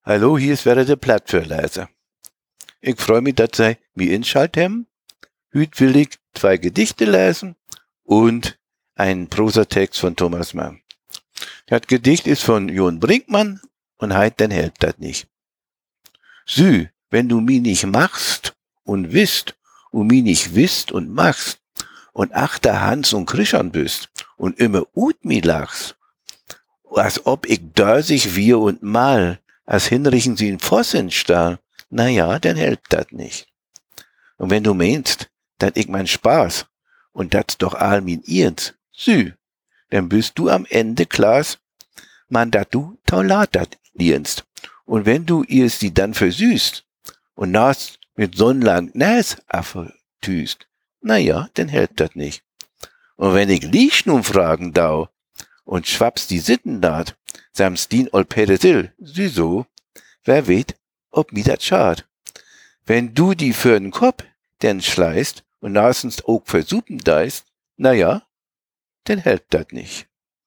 Hallo, hier ist wieder der Plattförleser. Ich freue mich, dass Sie mich einschaltet haben. Heute will ich 2 Gedichte lesen und einen Prosatext von Thomas Mann. Das Gedicht ist von John Brinkmann und heißt Dann hält das nicht. Sü, wenn du mi nicht machst und wisst und mi nicht wisst und machst und achter Hans und Krischern bist und immer ut mi lachst, als ob ich dörsig wir und mal, als hinrichten sie in Vossenstahl, na ja, dann hält dat nicht. Und wenn du meinst, dat ich mein Spaß und dat doch all min Irns, sü, dann bist du am Ende Klaas, man dat du taulat dat lienst. Und wenn du ihrs die dann versüßt und nas mit sonnlang Näs affertüst, na ja, dann hält dat nicht. Und wenn ich liech nun fragen dau und schwaps die Sitten dat, samst din ol Petersil, süso, wer weet, ob mi dat schad. Wenn du die für'n Kopf denn schleißt und nasens auch versuppen deist, na ja, dann hält dat nicht.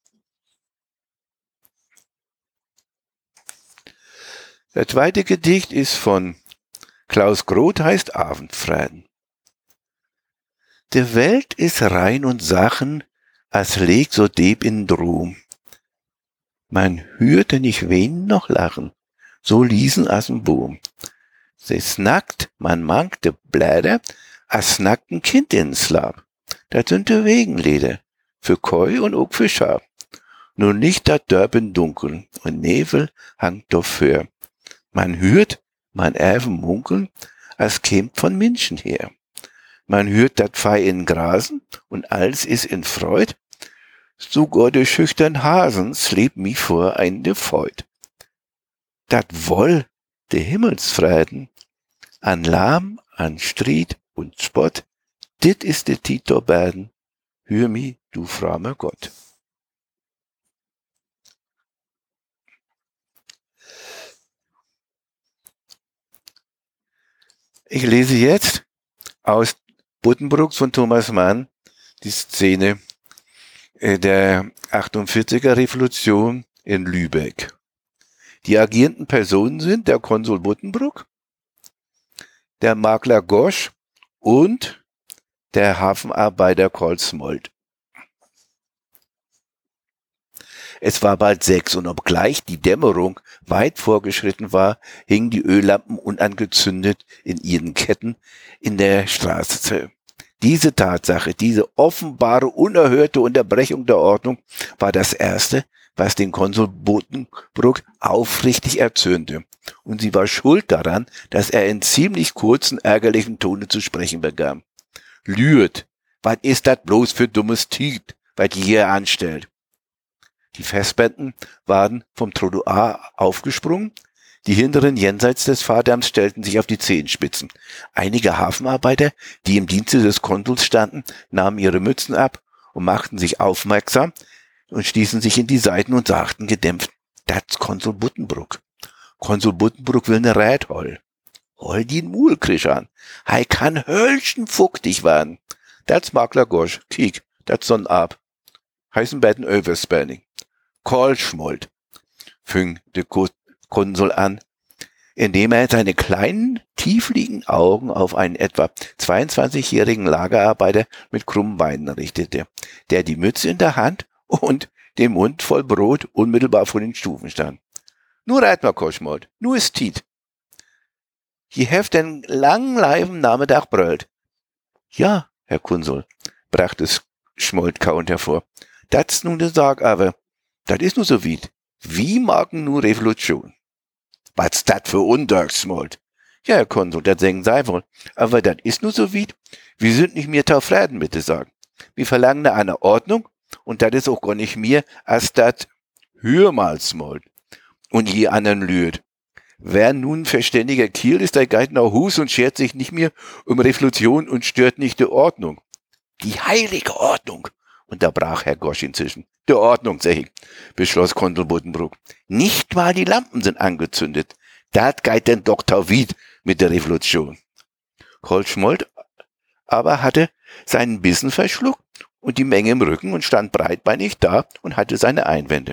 Das zweite Gedicht ist von Klaus Groth, heißt Abendfrieden. Der Welt ist rein und Sachen, als leg so deb in Drum. Man hörte nicht wen noch lachen, so ließen as'n Boom. Se snackt, man mankte Bläder, as snackten Kind in Slab. Dat sind de Wegenleder, für Koi und ook für Schaf. Nur nicht dat Dörpen dunkel und Nebel hangt doch für. Man hört, man Erven munkeln, als kämt von München her. Man hört dat Pfei in Grasen und alles is in Freud. Sogar de schüchtern Hasen sleep mi vor ein de Feud. Dat woll de Himmelsfrieden, an Lahm, an Stried und Spott, dit is de Tito Berden, hör mi, du frommer Gott. Ich lese jetzt aus Buddenbrooks von Thomas Mann die Szene der 48er Revolution in Lübeck. Die agierenden Personen sind der Konsul Buddenbrook, der Makler Gosch und der Hafenarbeiter Karl Smolt. Es war bald 6 und obgleich die Dämmerung weit vorgeschritten war, hingen die Öllampen unangezündet in ihren Ketten in der Straße. Diese Tatsache, diese offenbare, unerhörte Unterbrechung der Ordnung war das Erste, was den Konsul Buddenbrook aufrichtig erzürnte. Und sie war schuld daran, dass er in ziemlich kurzen, ärgerlichen Tone zu sprechen begann. Lürt, was ist das bloß für dummes Tiet, was ihr hier anstellt? Die Festbetten waren vom Trottoir aufgesprungen, die hinteren jenseits des Fahrdamms stellten sich auf die Zehenspitzen. Einige Hafenarbeiter, die im Dienste des Konsuls standen, nahmen ihre Mützen ab und machten sich aufmerksam und stießen sich in die Seiten und sagten gedämpft, das Konsul Buddenbrook. Konsul Buddenbrook will ne Rät hol. Hol die Mul krisch an. Hei kann hölschen fuchtig werden. Das Makler Gosch, kiek, das sonn ab. Heißen beiden Overspanning. Karl Schmolt, fing der Konsul an, indem er seine kleinen, tiefliegenden Augen auf einen etwa 22-jährigen Lagerarbeiter mit krummen Beinen richtete, der die Mütze in der Hand und den Mund voll Brot unmittelbar vor den Stufen stand. Nur reit mal, Karl Schmolt, nur ist Tiet. Je heft den langen Leiben Nachmittag brüllt. Ja, Herr Konsul, brachte Schmolt kauend hervor. Das nun de Sag aber. Das ist nur so weit. Wie magen nur Revolution? Was dat für Undagsmold? Ja, Herr Konsul, das sagen sei wohl. Aber das ist nur so weit. Wir sind nicht mehr taufreden, bitte sagen. Wir verlangen eine Ordnung und das ist auch gar nicht mehr als das Hörmalsmold. Und je anderen lüht. Wer nun verständiger Kiel ist, der geht nach Hus und schert sich nicht mehr um Revolution und stört nicht die Ordnung. Die heilige Ordnung! Unterbrach Herr Gosch inzwischen. Der Ordnung, sag ich, beschloss Konsul Buddenbrook. Nicht mal die Lampen sind angezündet. Dat geht denn Dr. Wied mit der Revolution. Karl Schmolt aber hatte seinen Bissen verschluckt und die Menge im Rücken und stand breitbeinig da und hatte seine Einwände.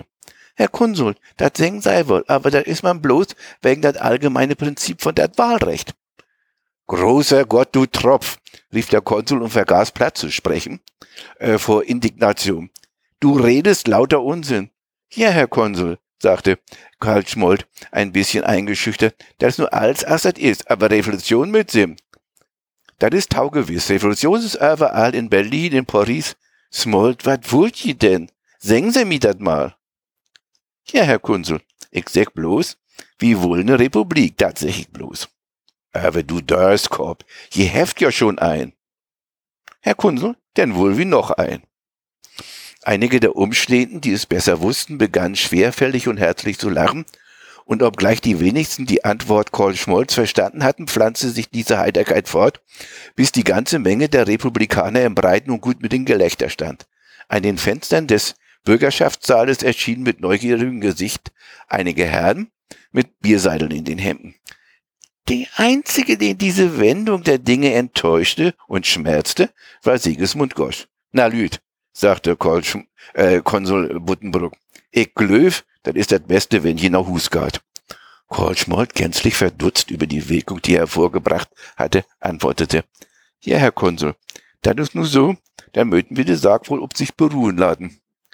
Herr Konsul, dat seng sei wohl, aber dat is man bloß wegen dat allgemeine Prinzip von dat Wahlrecht. Großer Gott, du Tropf, rief der Konsul und vergaß Platz zu sprechen, vor Indignation. Du redest lauter Unsinn. Ja, Herr Konsul, sagte Karl Schmold, ein bisschen eingeschüchtert, das nur alles as dat is, aber Revolution mit Sinn. Das ist taugewiss. Revolution ist überall in Berlin, in Paris. Schmold, wat wollt ihr denn? Singen Sie mir dat mal. Ja, Herr Konsul, ich sag bloß, wie wohl ne Republik, tatsächlich bloß. Aber du Dörskopf, je heft ja schon ein. Herr Konsul, denn wohl wie noch ein. Einige der Umstehenden, die es besser wussten, begannen schwerfällig und herzlich zu lachen, und obgleich die wenigsten die Antwort Karl Schmolds verstanden hatten, pflanzte sich diese Heiterkeit fort, bis die ganze Menge der Republikaner im Breiten und gut mit dem Gelächter stand. An den Fenstern des Bürgerschaftssaales erschienen mit neugierigem Gesicht einige Herren mit Bierseideln in den Hemden. Der einzige, den diese Wendung der Dinge enttäuschte und schmerzte, war Sigismund Gosch. Na Lüd, sagte Konsul Buddenbrook. Ich glöw, das ist das Beste, wenn je nach Hus geht. Karl Schmold, gänzlich verdutzt über die Wirkung, die er hervorgebracht hatte, antwortete. Ja, Herr Konsul, das ist nur so, dann möchten wir die Sache wohl ob sich beruhen lassen.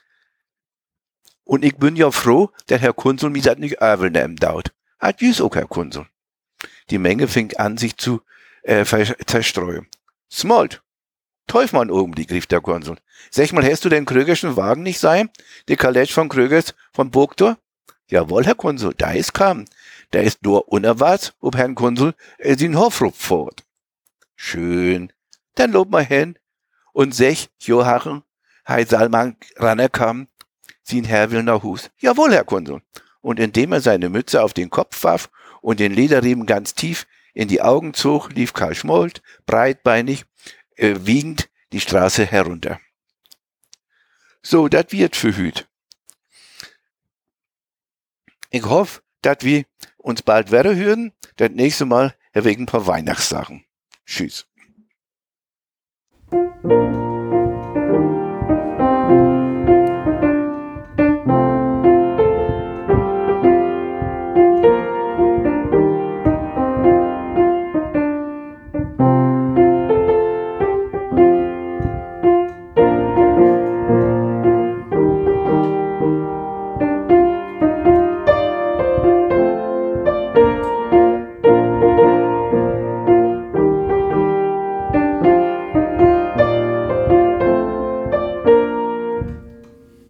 Und ich bin ja froh, dass Herr Konsul mich das nicht übernehmen dauert. Adjüs auch, Herr Konsul. Die Menge fing an, sich zu zerstreuen. Smold, Teufel mal einen Augenblick, rief der Konsul. Sag mal, hast du den Krögerschen Wagen nicht sein? Die Kalette von Krögers vom Burgtor? Jawohl, Herr Konsul, da ist kam. Da ist nur unerwartet, ob Herrn Konsul den Hofrup fort. Schön. Dann lob mal hin und sech, Joachim, Hei Salman ranerkam, sin Herr will nach Hus. Jawohl, Herr Konsul. Und indem er seine Mütze auf den Kopf warf und den Lederriemen ganz tief in die Augen zog, lief Karl Schmold, breitbeinig, wiegend die Straße herunter. So, dat wird verhüt. Ich hoffe, dat wir uns bald wieder hören, das nächste Mal wegen ein paar Weihnachtssachen. Tschüss.